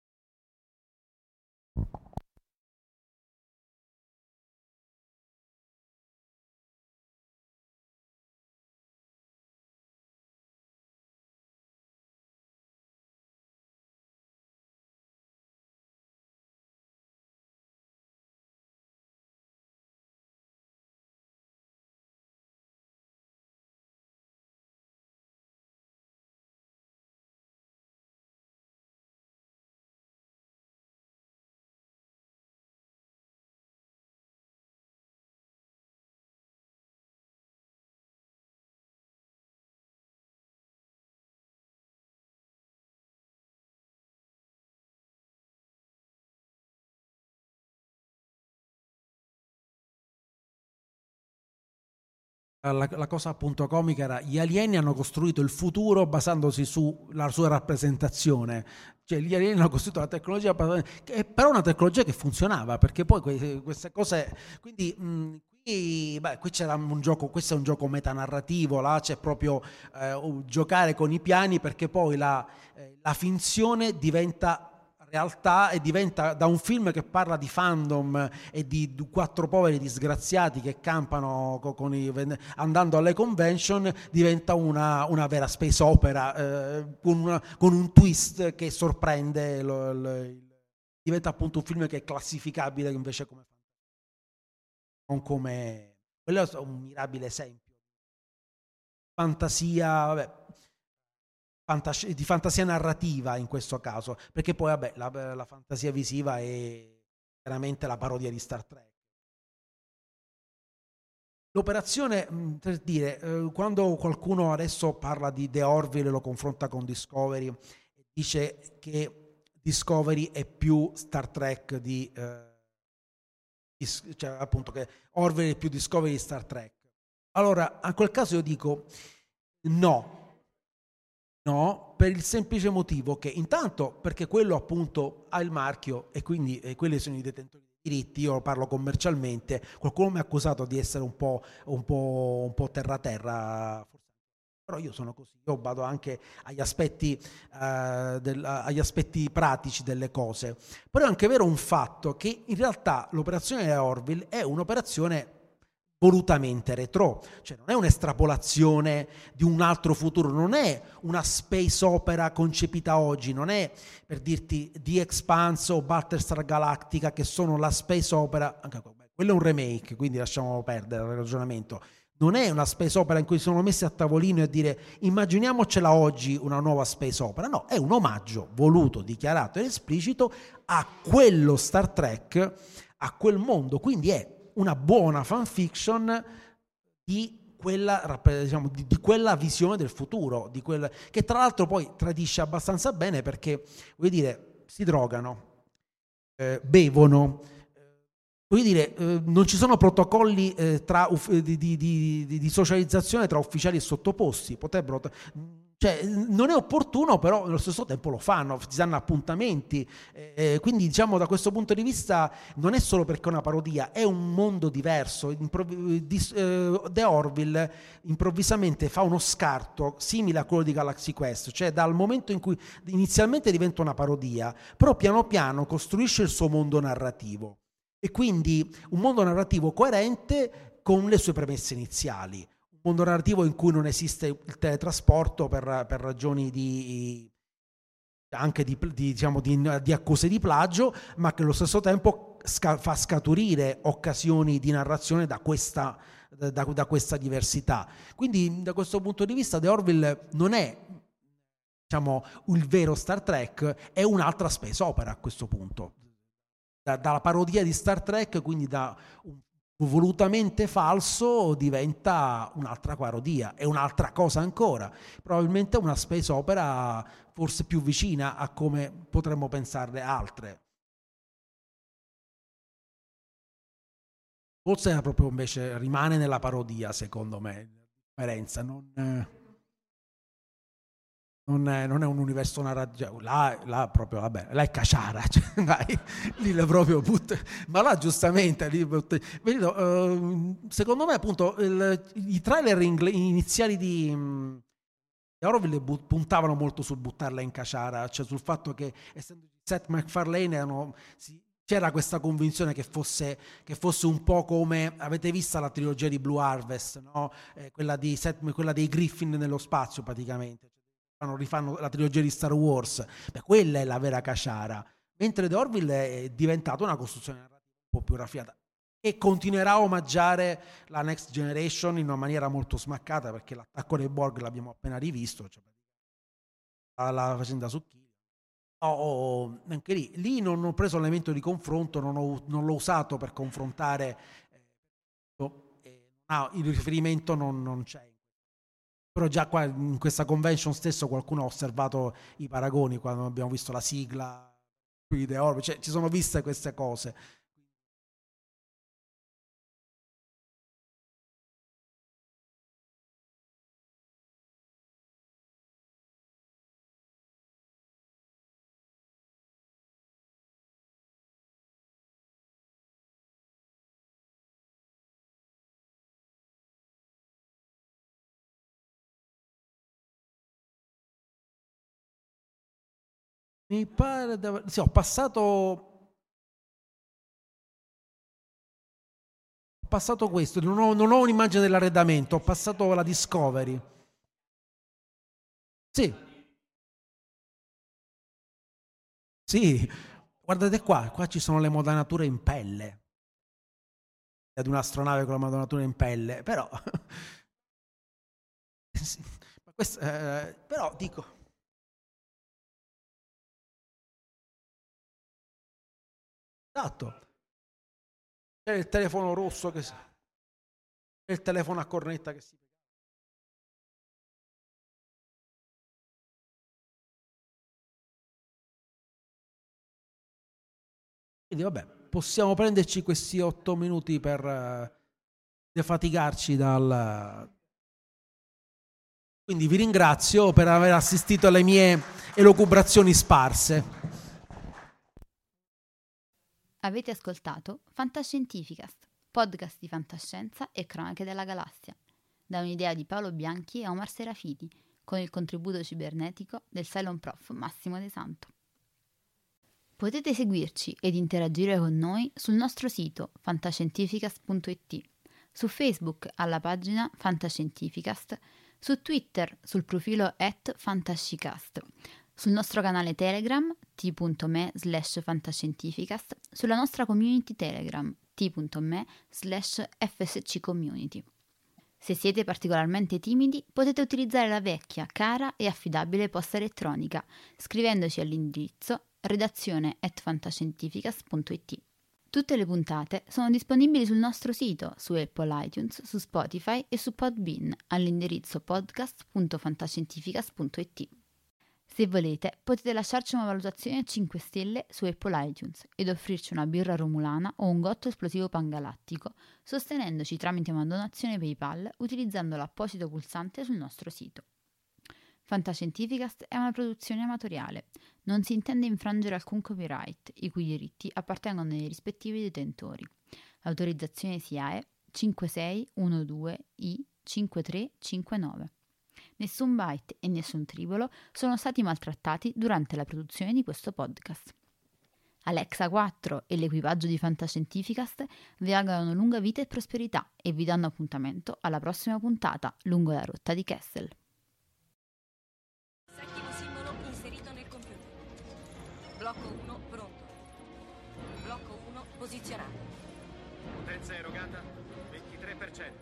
La, la cosa appunto comica era gli alieni hanno costruito il futuro basandosi sulla sua rappresentazione, cioè gli alieni hanno costruito la tecnologia che è però una tecnologia che funzionava, perché poi que, queste cose, quindi mh, qui, beh, qui c'era un gioco, questo è un gioco metanarrativo, là c'è proprio eh, uh, giocare con i piani, perché poi la, eh, la finzione diventa realtà e diventa, da un film che parla di fandom e di quattro poveri disgraziati che campano con i, andando alle convention, diventa una, una vera space opera eh, con, una, con un twist che sorprende lo, lo, diventa appunto un film che è classificabile invece come non come, quello è un mirabile esempio fantasia, vabbè, Fantas- di fantasia narrativa in questo caso, perché poi vabbè la, la fantasia visiva è veramente la parodia di Star Trek. L'operazione, per dire, eh, quando qualcuno adesso parla di The Orville e lo confronta con Discovery, dice che Discovery è più Star Trek di, eh, di cioè appunto che Orville è più Discovery di Star Trek. Allora, a quel caso io dico no. No, per il semplice motivo che intanto perché quello appunto ha il marchio e quindi e quelli sono i detentori dei diritti, io parlo commercialmente, qualcuno mi ha accusato di essere un po', un po', un po' terra terra, Però io sono così, io vado anche agli aspetti, uh, del, agli aspetti pratici delle cose. Però è anche vero un fatto che in realtà l'operazione di Orville è un'operazione volutamente retro, cioè non è un'estrapolazione di un altro futuro, non è una space opera concepita oggi, non è, per dirti, The Expanse o Battlestar Galactica, che sono la space opera, anche quello è un remake, quindi lasciamo perdere il ragionamento. Non è una space opera in cui sono messi a tavolino e a dire immaginiamocela oggi una nuova space opera, no, è un omaggio voluto, dichiarato ed esplicito a quello Star Trek, a quel mondo, quindi è una buona fanfiction di quella, diciamo, di, di quella visione del futuro, di quel, che tra l'altro poi tradisce abbastanza bene perché, voglio dire, si drogano, eh, bevono, voglio dire, eh, non ci sono protocolli eh, tra, uff, di, di, di, di socializzazione tra ufficiali e sottoposti, potrebbero, cioè, non è opportuno, però nello stesso tempo lo fanno, si danno appuntamenti, eh, quindi diciamo da questo punto di vista non è solo perché è una parodia, è un mondo diverso. Improv- di, eh, The Orville improvvisamente fa uno scarto simile a quello di Galaxy Quest, cioè dal momento in cui inizialmente diventa una parodia, però piano piano costruisce il suo mondo narrativo. E quindi un mondo narrativo coerente con le sue premesse iniziali, un mondo narrativo in cui non esiste il teletrasporto per, per ragioni di anche di, di, diciamo, di, di accuse di plagio, ma che allo stesso tempo sca- fa scaturire occasioni di narrazione da questa, da, da questa diversità. Quindi da questo punto di vista The Orville non è, diciamo, il vero Star Trek, è un'altra space opera a questo punto. Dalla parodia di Star Trek, quindi da un volutamente falso, diventa un'altra parodia, è un'altra cosa ancora, probabilmente una space opera forse più vicina a come potremmo pensarle altre. Forse è proprio invece rimane nella parodia, secondo me, la differenza, non... Eh... Non è, non è un universo narrativo, là, là proprio, vabbè, là è caciara, cioè, dai, lì le proprio putte, ma là giustamente, lì, vedo, uh, secondo me appunto il, i trailer iniziali di um, Orville puntavano molto sul buttarla in caciara, cioè sul fatto che essendo Seth MacFarlane erano, si, c'era questa convinzione che fosse, che fosse un po' come, avete visto la trilogia di Blue Harvest, no? Eh, quella, di Seth, quella dei Griffin nello spazio praticamente. Rifanno la trilogia di Star Wars, beh, quella è la vera caciara, mentre The Orville è diventata una costruzione narrativa un po' più raffinata e continuerà a omaggiare la Next Generation in una maniera molto smaccata, perché l'attacco dei Borg l'abbiamo appena rivisto, cioè la faccenda su Kill. Oh, oh, anche lì, lì non ho preso l'elemento di confronto, non, ho, non l'ho usato per confrontare, eh, no, il riferimento non, non c'è. Però già qua in questa convention stesso qualcuno ha osservato i paragoni quando abbiamo visto la sigla, cioè ci sono viste queste cose. Mi pare di aver... Sì, ho passato... Ho passato questo, non ho, non ho un'immagine dell'arredamento, ho passato la Discovery. Sì. Sì, guardate qua, qua ci sono le modanature in pelle. Ad un'astronave con la modanatura in pelle, però... sì, ma questo, eh, però dico... Esatto. C'è il telefono rosso che si... C'è il telefono a cornetta che si... Quindi vabbè, possiamo prenderci questi otto minuti per uh, defatigarci dal... Quindi vi ringrazio per aver assistito alle mie elucubrazioni sparse. Avete ascoltato Fantascientificast, podcast di fantascienza e cronache della galassia. da un'idea di Paolo Bianchi e Omar Serafiti, con il contributo cibernetico del Cylon Prof Massimo De Santo. Potete seguirci ed interagire con noi sul nostro sito fantascientificast punto it, su Facebook alla pagina Fantascientificast, su Twitter sul profilo at fantascicast, sul nostro canale Telegram t.me slash fantascientificast, sulla nostra community Telegram t.me slash fsccommunity. Se siete particolarmente timidi, potete utilizzare la vecchia, cara e affidabile posta elettronica, scrivendoci all'indirizzo redazione at fantascientificast punto it. Tutte le puntate sono disponibili sul nostro sito, su Apple iTunes, su Spotify e su Podbean, all'indirizzo podcast punto fantascientificast punto it. Se volete, potete lasciarci una valutazione a cinque stelle su Apple iTunes ed offrirci una birra romulana o un gotto esplosivo pangalattico, sostenendoci tramite una donazione PayPal utilizzando l'apposito pulsante sul nostro sito. Fantascientificast è una produzione amatoriale. Non si intende infrangere alcun copyright, i cui diritti appartengono ai rispettivi detentori. L'autorizzazione S I A E cinque sei uno due I cinque tre cinque nove. Nessun byte e nessun tribolo sono stati maltrattati durante la produzione di questo podcast. Alexa quattro e l'equipaggio di Fantascientificast vi augurano lunga vita e prosperità e vi danno appuntamento alla prossima puntata lungo la rotta di Kessel. Settimo simbolo inserito nel computer. Blocco uno pronto. Blocco uno posizionato. Potenza erogata ventitré per cento.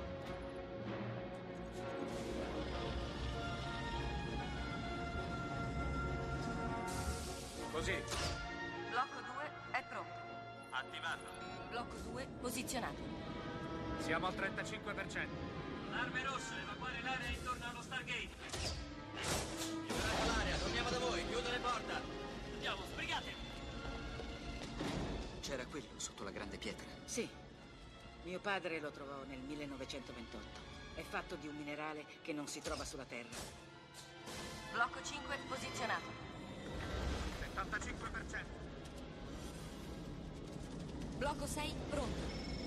Così. Blocco due è pronto. Attivato. Blocco due posizionato. Siamo al trentacinque per cento. Arme rosse, evacuare l'area intorno allo Stargate. Liberate l'area, torniamo da voi, chiudo le porte. Andiamo, sbrigate. C'era quello sotto la grande pietra. Sì. Mio padre lo trovò nel millenovecentoventotto. È fatto di un minerale che non si trova sulla Terra. Blocco cinque posizionato. settantacinque per cento. Blocco sei pronto.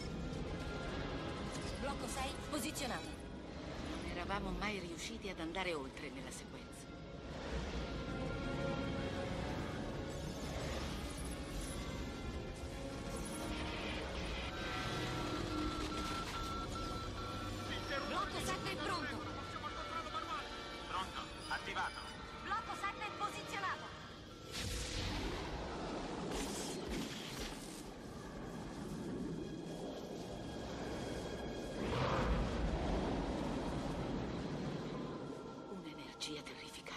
Blocco sei posizionato. Non eravamo mai riusciti ad andare oltre nella sequenza. Blocco sette pronto. Pronto, attivato. Blocco sette posizionato. Un'energia terrificante.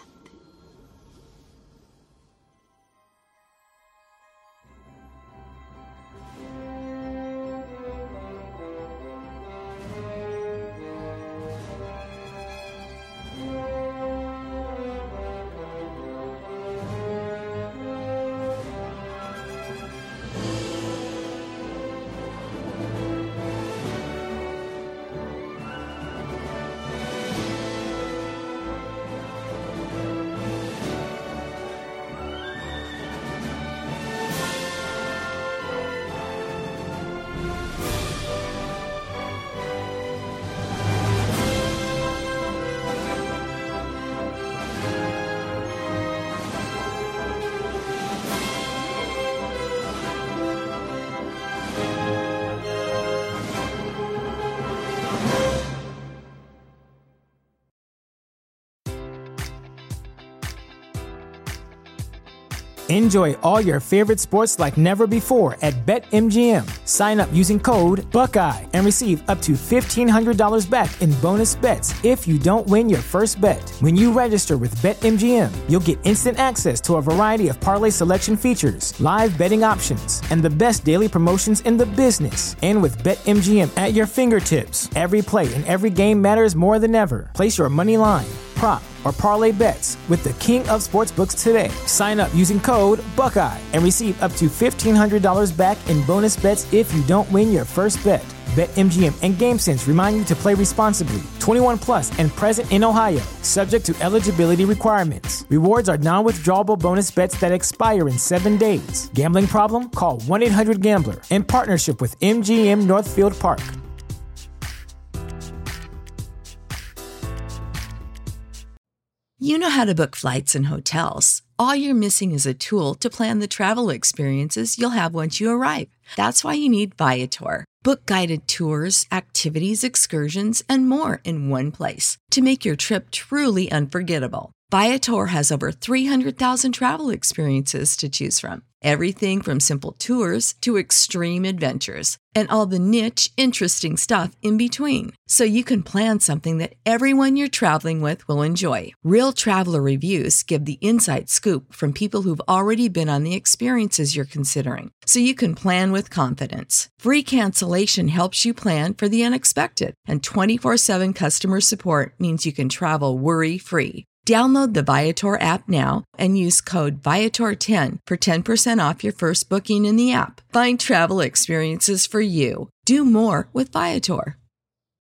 Enjoy all your favorite sports like never before at BetMGM. Sign up using code Buckeye and receive up to fifteen hundred dollars back in bonus bets if you don't win your first bet. When you register with BetMGM, you'll get instant access to a variety of parlay selection features, live betting options, and the best daily promotions in the business. And with BetMGM at your fingertips, every play and every game matters more than ever. Place your money line, prop, or parlay bets with the king of sportsbooks today. Sign up using code Buckeye and receive up to fifteen hundred dollars back in bonus bets if you don't win your first bet. BetMGM and GameSense remind you to play responsibly. twenty-one plus and present in Ohio, subject to eligibility requirements. Rewards are non-withdrawable bonus bets that expire in seven days. Gambling problem? Call one eight hundred gambler in partnership with M G M Northfield Park. You know how to book flights and hotels. All you're missing is a tool to plan the travel experiences you'll have once you arrive. That's why you need Viator. Book guided tours, activities, excursions, and more in one place to make your trip truly unforgettable. Viator has over three hundred thousand travel experiences to choose from. Everything from simple tours to extreme adventures and all the niche, interesting stuff in between. So you can plan something that everyone you're traveling with will enjoy. Real traveler reviews give the inside scoop from people who've already been on the experiences you're considering. So you can plan with confidence. Free cancellation helps you plan for the unexpected. And twenty-four seven customer support means you can travel worry-free. Download the Viator app now and use code Viator ten for ten percent off your first booking in the app. Find travel experiences for you. Do more with Viator.